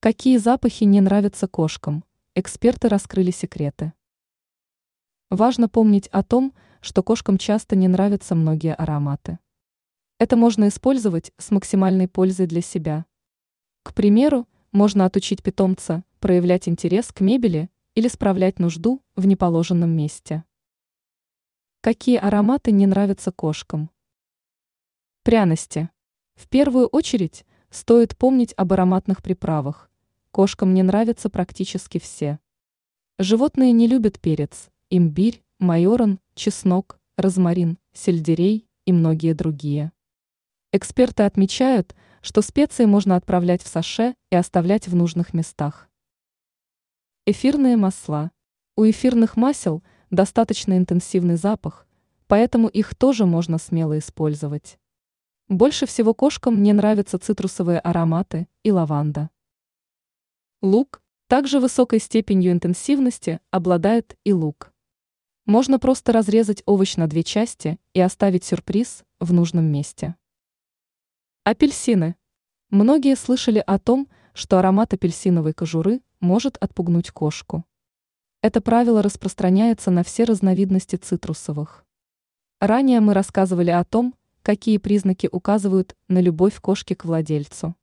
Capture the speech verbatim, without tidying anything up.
Какие запахи не нравятся кошкам? Эксперты раскрыли секреты. Важно помнить о том, что кошкам часто не нравятся многие ароматы. Это можно использовать с максимальной пользой для себя. К примеру, можно отучить питомца проявлять интерес к мебели или справлять нужду в неположенном месте. Какие ароматы не нравятся кошкам? Пряности. В первую очередь стоит помнить об ароматных приправах. Кошкам не нравятся практически все. Животные не любят перец, имбирь, майоран, чеснок, розмарин, сельдерей и многие другие. Эксперты отмечают, что специи можно отправлять в саше и оставлять в нужных местах. Эфирные масла. У эфирных масел достаточно интенсивный запах, поэтому их тоже можно смело использовать. Больше всего кошкам не нравятся цитрусовые ароматы и лаванда. Лук. Также высокой степенью интенсивности обладает и лук. Можно просто разрезать овощ на две части и оставить сюрприз в нужном месте. Апельсины. Многие слышали о том, что аромат апельсиновой кожуры может отпугнуть кошку. Это правило распространяется на все разновидности цитрусовых. Ранее мы рассказывали о том, какие признаки указывают на любовь кошки к владельцу.